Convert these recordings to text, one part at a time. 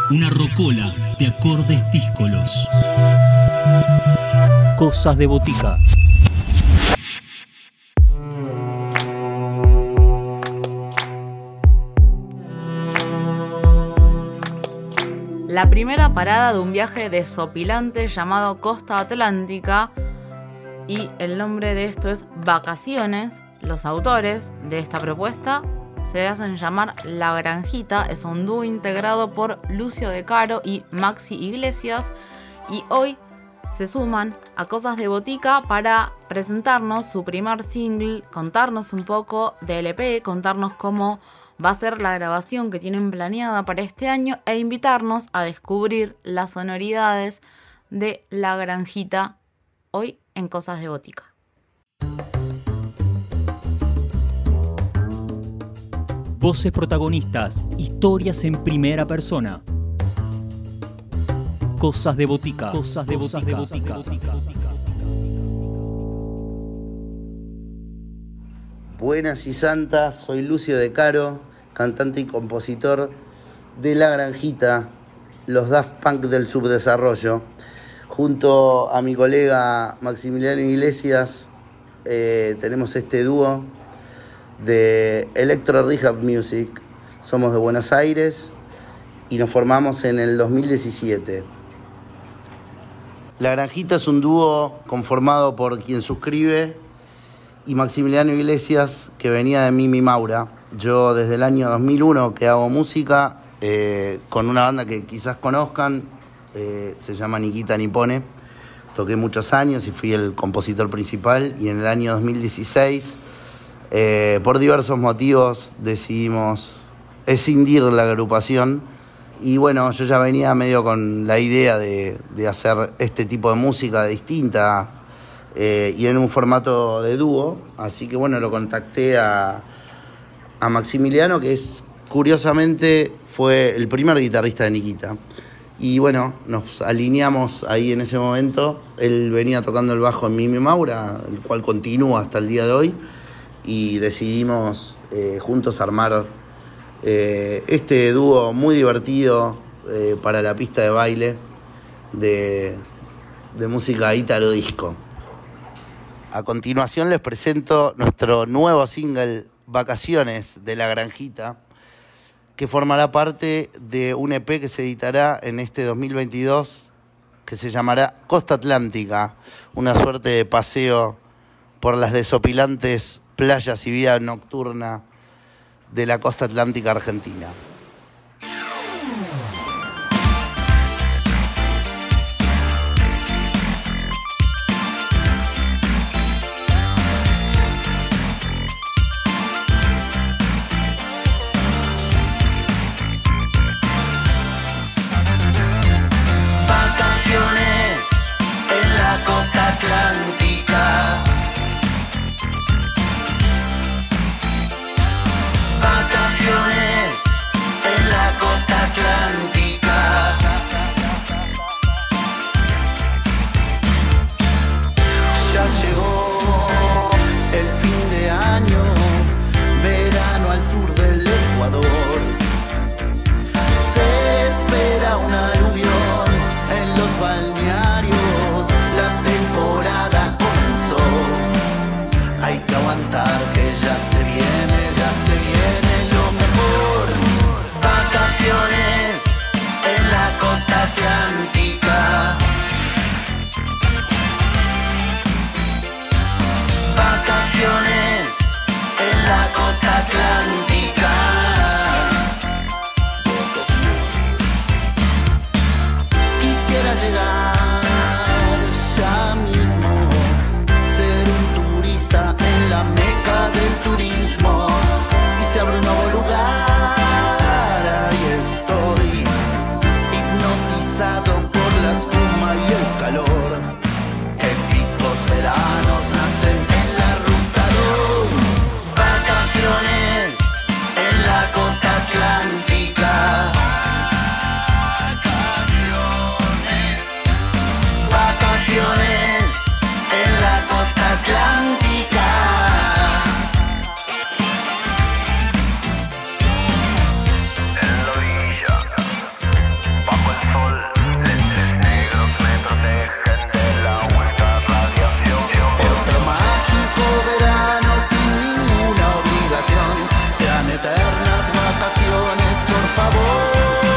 Una rocola de acordes díscolos. Cosas de botica. La primera parada de un viaje desopilante llamado Costa Atlántica, y el nombre de esto es Vacaciones. Los autores de esta propuesta se hacen llamar La Granjita. Es un dúo integrado por Lucio De Caro y Maxi Iglesias, y hoy se suman a Cosas de Botica para presentarnos su primer single, contarnos un poco del EP, contarnos cómo va a ser la grabación que tienen planeada para este año e invitarnos a descubrir las sonoridades de La Granjita hoy en Cosas de Botica. Voces protagonistas, historias en primera persona. Cosas de botica. Cosas de botica. Buenas y santas, soy Lucio De Caro, cantante y compositor de La Granjita, los Daft Punk del subdesarrollo. Junto a mi colega Maximiliano Iglesias tenemos este dúo de Electro Rehab Music. Somos de Buenos Aires y nos formamos en el 2017. La Granjita es un dúo conformado por quien suscribe y Maximiliano Iglesias, que venía de Mimi Maura. Yo desde el año 2001 que hago música con una banda que quizás conozcan, se llama Nikita Nipone. Toqué muchos años y fui el compositor principal, y en el año 2016 por diversos motivos decidimos escindir la agrupación, y bueno, yo ya venía medio con la idea de hacer este tipo de música distinta y en un formato de dúo, así que bueno, lo contacté a Maximiliano, que curiosamente fue el primer guitarrista de Nikita, y bueno, nos alineamos ahí en ese momento. Él venía tocando el bajo en Mimi Maura, el cual continúa hasta el día de hoy, y decidimos juntos armar este dúo muy divertido para la pista de baile de música ítalo disco. A continuación les presento nuestro nuevo single Vacaciones de La Granjita, que formará parte de un EP que se editará en este 2022, que se llamará Costa Atlántica, una suerte de paseo por las desopilantes playas y vida nocturna de la costa atlántica argentina. Vacaciones en la costa atlántica. Vacaciones en la costa atlántica. Ya llegó el fin de año, verano al sur del Ecuador. Se espera un aluvión en los balnearios, la temporada comenzó. Hay que aguantar que ya se viene lo mejor. Vacaciones en la costa atlántica. Vacaciones en la costa atlántica. favor.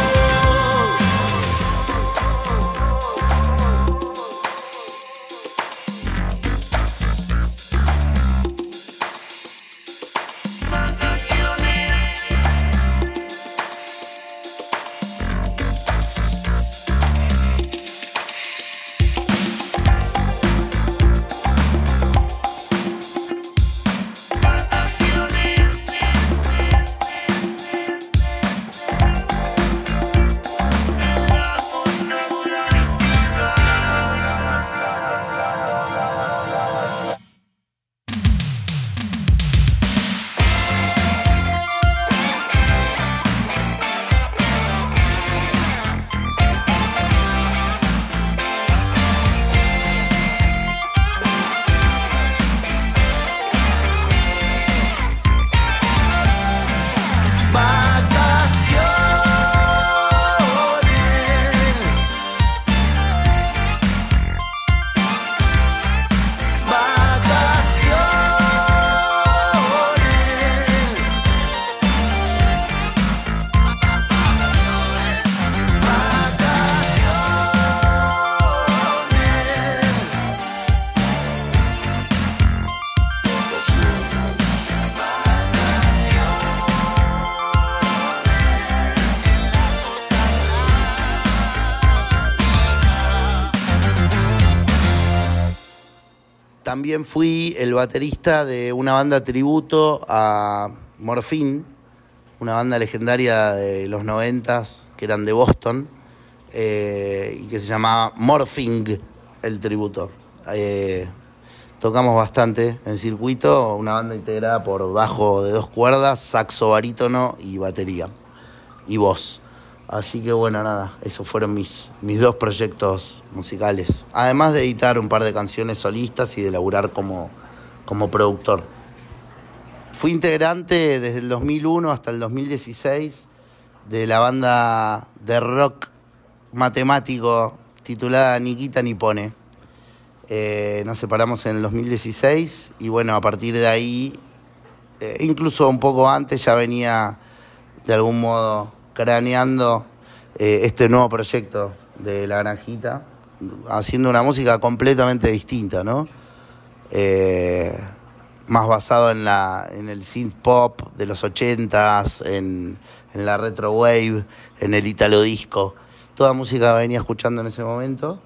También fui el baterista de una banda tributo a Morphine, una banda legendaria de los 90s, que eran de Boston, y que se llamaba Morphing, el tributo. Tocamos bastante en el circuito, una banda integrada por bajo de 2 cuerdas, saxo barítono y batería, y voz. Así que bueno, nada, esos fueron mis 2 proyectos musicales. Además de editar un par de canciones solistas y de laburar como productor. Fui integrante desde el 2001 hasta el 2016 de la banda de rock matemático titulada Nikita Nipone. Nos separamos en el 2016 y bueno, a partir de ahí, incluso un poco antes, ya venía de algún modo craneando este nuevo proyecto de La Granjita, haciendo una música completamente distinta, ¿no? Más basado en el synth pop de los 80s, en la retro wave, en el italo disco, toda música que venía escuchando en ese momento.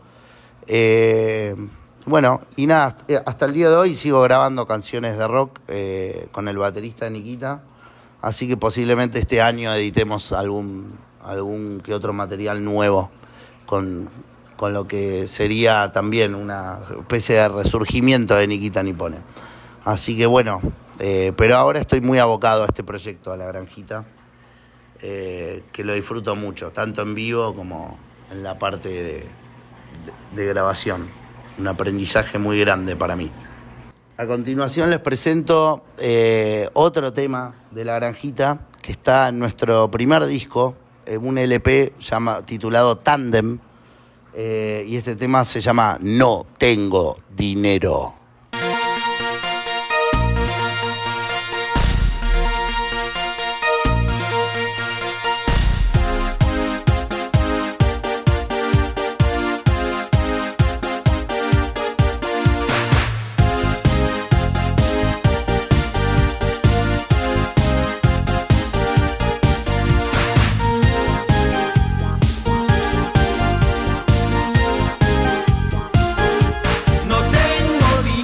Bueno, y nada, hasta el día de hoy sigo grabando canciones de rock con el baterista Nikita. Así que posiblemente este año editemos algún que otro material nuevo con lo que sería también una especie de resurgimiento de Nikita Nipone. Así que bueno, pero ahora estoy muy abocado a este proyecto, a La Granjita, que lo disfruto mucho, tanto en vivo como en la parte de grabación. Un aprendizaje muy grande para mí. A continuación les presento otro tema de La Granjita que está en nuestro primer disco, un LP titulado Tandem, y este tema se llama No Tengo Dinero. No tengo dinero.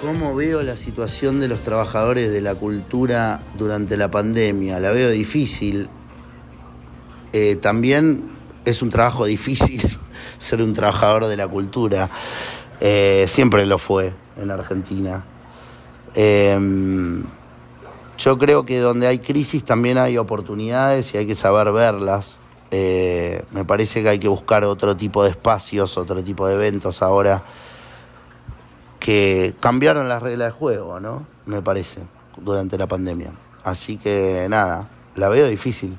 ¿Cómo veo la situación de los trabajadores de la cultura durante la pandemia? La veo difícil. También es un trabajo difícil ser un trabajador de la cultura. Siempre lo fue en Argentina. Yo creo que donde hay crisis también hay oportunidades y hay que saber verlas. Me parece que hay que buscar otro tipo de espacios, otro tipo de eventos ahora que cambiaron las reglas de juego, ¿no? Me parece, durante la pandemia. Así que nada, la veo difícil.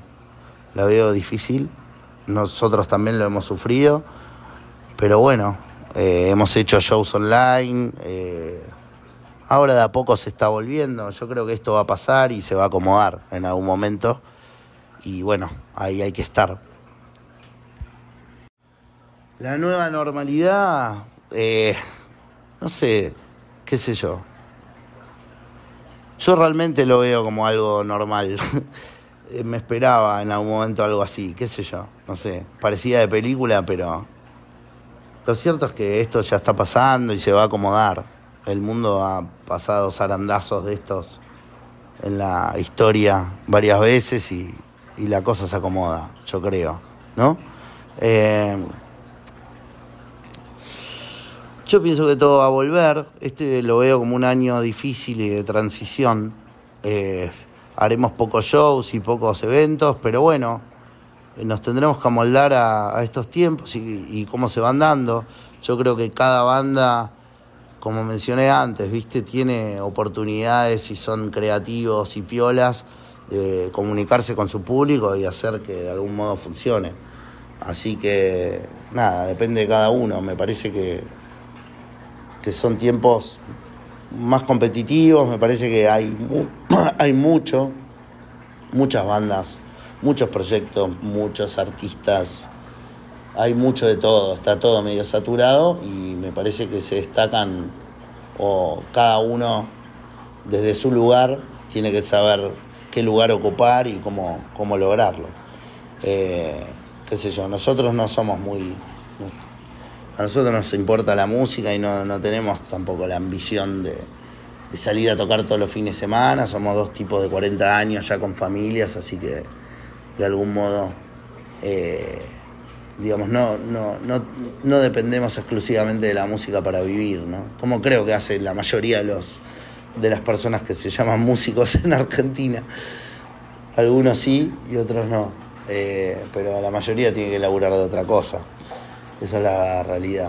Nosotros también lo hemos sufrido, pero bueno, hemos hecho shows online. Ahora de a poco se está volviendo. Yo creo que esto va a pasar y se va a acomodar en algún momento. Y bueno, ahí hay que estar. La nueva normalidad, no sé, qué sé yo. Yo realmente lo veo como algo normal. Me esperaba en algún momento algo así, qué sé yo, no sé. Parecía de película, pero lo cierto es que esto ya está pasando y se va a acomodar. El mundo ha pasado zarandazos de estos en la historia varias veces y la cosa se acomoda, yo creo, ¿no? Yo pienso que todo va a volver. Lo veo como un año difícil y de transición. Haremos pocos shows y pocos eventos, pero bueno, nos tendremos que amoldar a estos tiempos y cómo se van dando. Yo creo que cada banda, como mencioné antes, ¿viste? Tiene oportunidades y son creativos y piolas de comunicarse con su público y hacer que de algún modo funcione. Así que nada, depende de cada uno. Me parece que son tiempos más competitivos. Me parece que hay muchas bandas, muchos proyectos, muchos artistas. Hay mucho de todo, está todo medio saturado y me parece que se destacan, o cada uno desde su lugar tiene que saber qué lugar ocupar y cómo lograrlo. Qué sé yo, nosotros no somos muy... A nosotros nos importa la música y no tenemos tampoco la ambición de salir a tocar todos los fines de semana. Somos dos tipos de 40 años ya con familias, así que de algún modo... digamos, no dependemos exclusivamente de la música para vivir, ¿no? Como creo que hace la mayoría de las personas que se llaman músicos en Argentina. Algunos sí y otros no, pero la mayoría tiene que laburar de otra cosa. Esa es la realidad.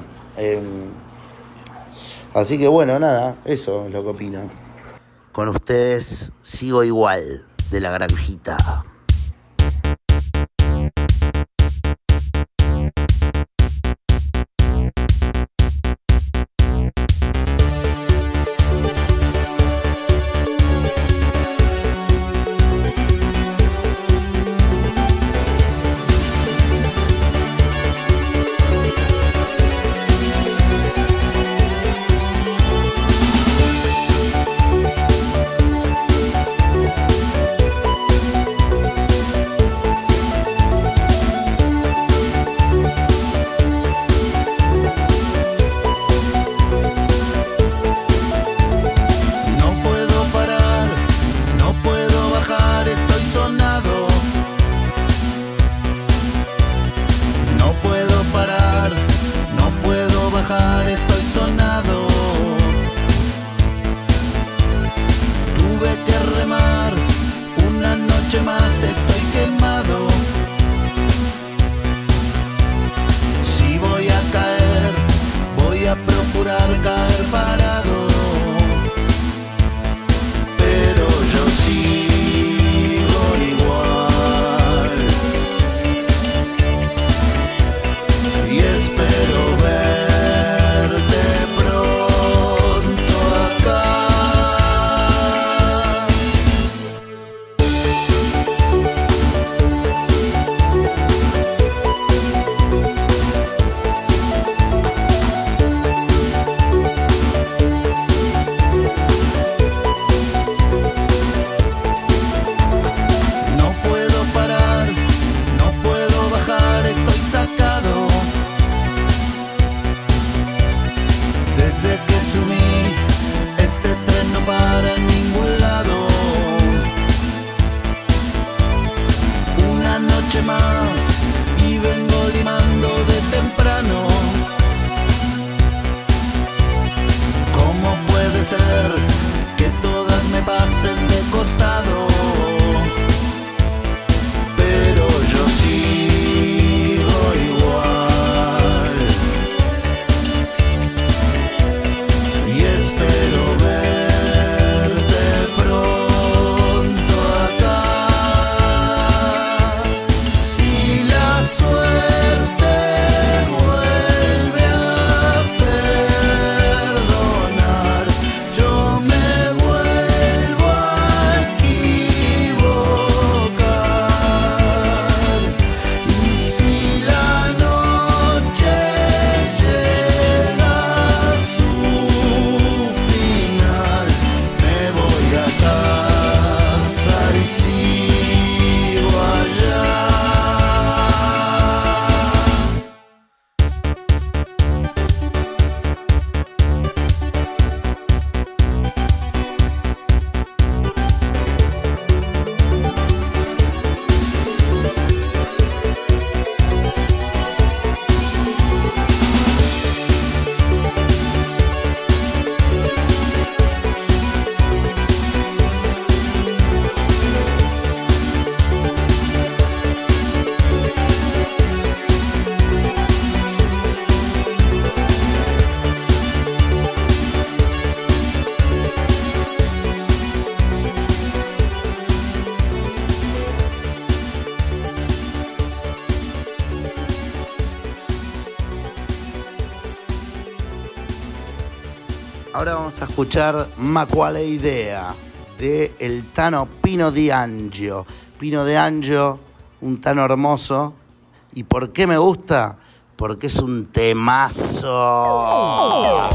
Así que bueno, nada, eso es lo que opino. Con ustedes sigo igual, de La Granjita. ser que todas me pasen de costado, pero yo sigo igual y espero verte pronto acá. Si la suerte vuelve a perdonar, yo me vuelvo a equivocar. Y si la noche llega a su final, me voy a casa y sigo allá. Ahora vamos a escuchar Ma quale idea de el Tano Pino D'Angio. Pino D'Angio, un Tano hermoso. ¿Y por qué me gusta? Porque es un temazo.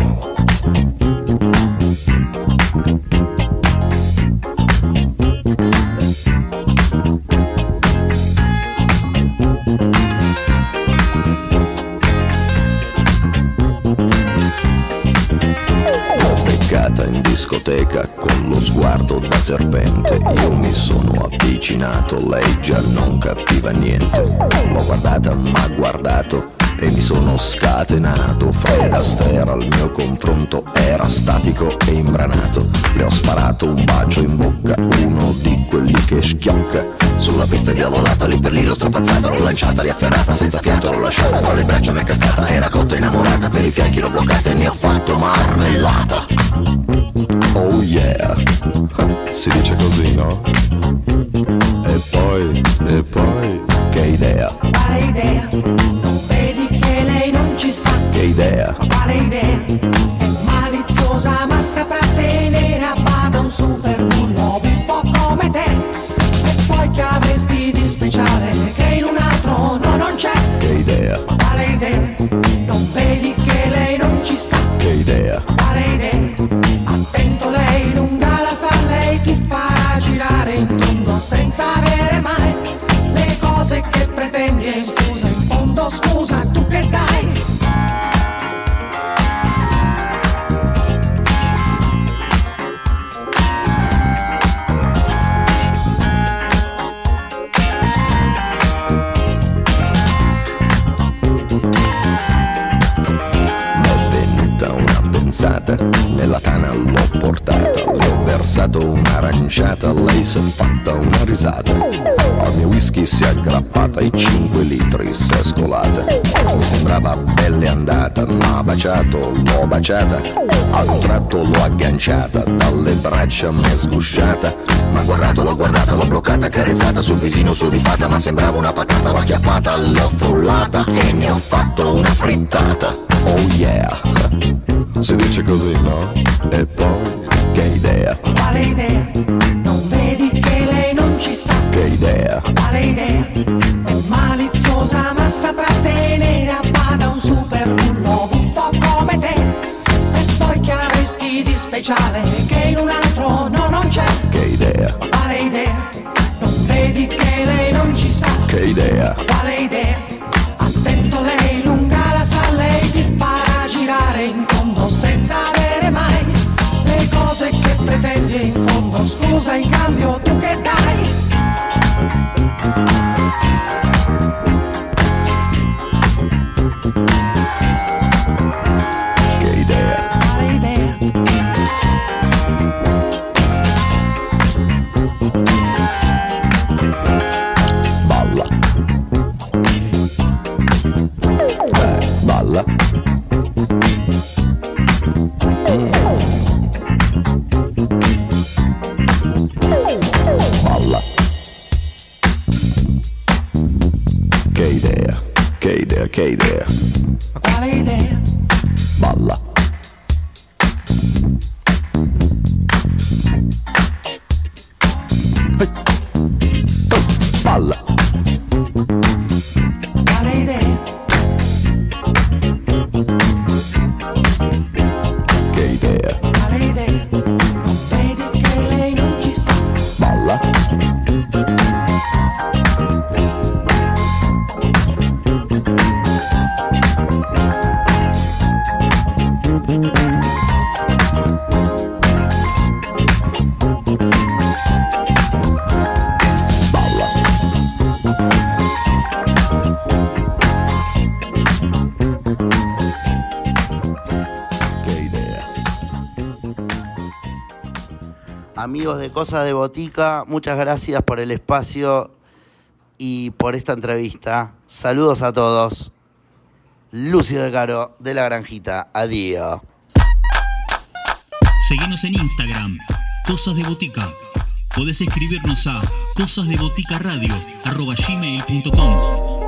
In discoteca con lo sguardo da serpente, io mi sono avvicinato, lei già non capiva niente. L'ho guardata, m'ha guardato e mi sono scatenato. Fred Astaire al mio confronto era statico e imbranato. Le ho sparato un bacio in bocca, uno di quelli che schiocca. Sulla pista diavolata, lì per lì l'ho strapazzata, l'ho lanciata, riafferrata, senza fiato l'ho lasciata, tra le braccia mi è cascata, era cotta innamorata, per i fianchi l'ho bloccata e ne ho fatto marmellata. Oh yeah, si dice così, no? E poi, che idea? Quale idea? Non vedi che lei non ci sta? Che idea? Quale idea? È maliziosa ma saprà tenere a bada un super bullo buffo come te. E poi che avresti di speciale che in un altro no, non c'è? Che idea? Quale idea? Non vedi che lei non ci sta? Che idea? Quale idea? Attento, lei lunga la sa, lei ti farà girare in tondo senza avere mai le cose che pretendi. E scusa, in fondo scusa, tu che dai? Nella tana l'ho portata, le ho versato un'aranciata, lei si è fatta una risata. Al mio whisky si è aggrappata e 5 litri si è scolata. Mi sembrava belle andata, m'ha baciato, l'ho baciata. A un tratto l'ho agganciata, dalle braccia m'è sgusciata. M'ha guardato, l'ho guardata, l'ho bloccata, accarezzata sul visino sudifata. Ma sembrava una patata, l'ho acchiappata, l'ho frullata e ne ho fatto una frittata. Oh yeah, si dice così, no? E poi, che idea? Quale idea? Non vedi che lei non ci sta? Che idea? Quale idea? È maliziosa ma saprà tenere a bada un super bullo buffo come te. E poi che avresti di speciale che in un altro no, non c'è? Che idea? Quale idea? Non vedi che lei non ci sta? Che idea? Quale idea? Attento, lei lunga la sa, lei ti farà girare in tondo senza avere mai le cose che pretendi. In fondo scusa, in cambio tu che dai? Che idea? Quale idea? idea? Ma quale idea? Balla. Balla. Quale idea? Che idea? Quale idea? Non vedi che lei non ci sta? Balla. Amigos de Cosas de Botica, muchas gracias por el espacio y por esta entrevista. Saludos a todos. Lucio de Caro, de La Granjita. Adiós. Seguinos en Instagram, Cosas de Botica. Podés escribirnos a cosasdeboticaradio@gmail.com.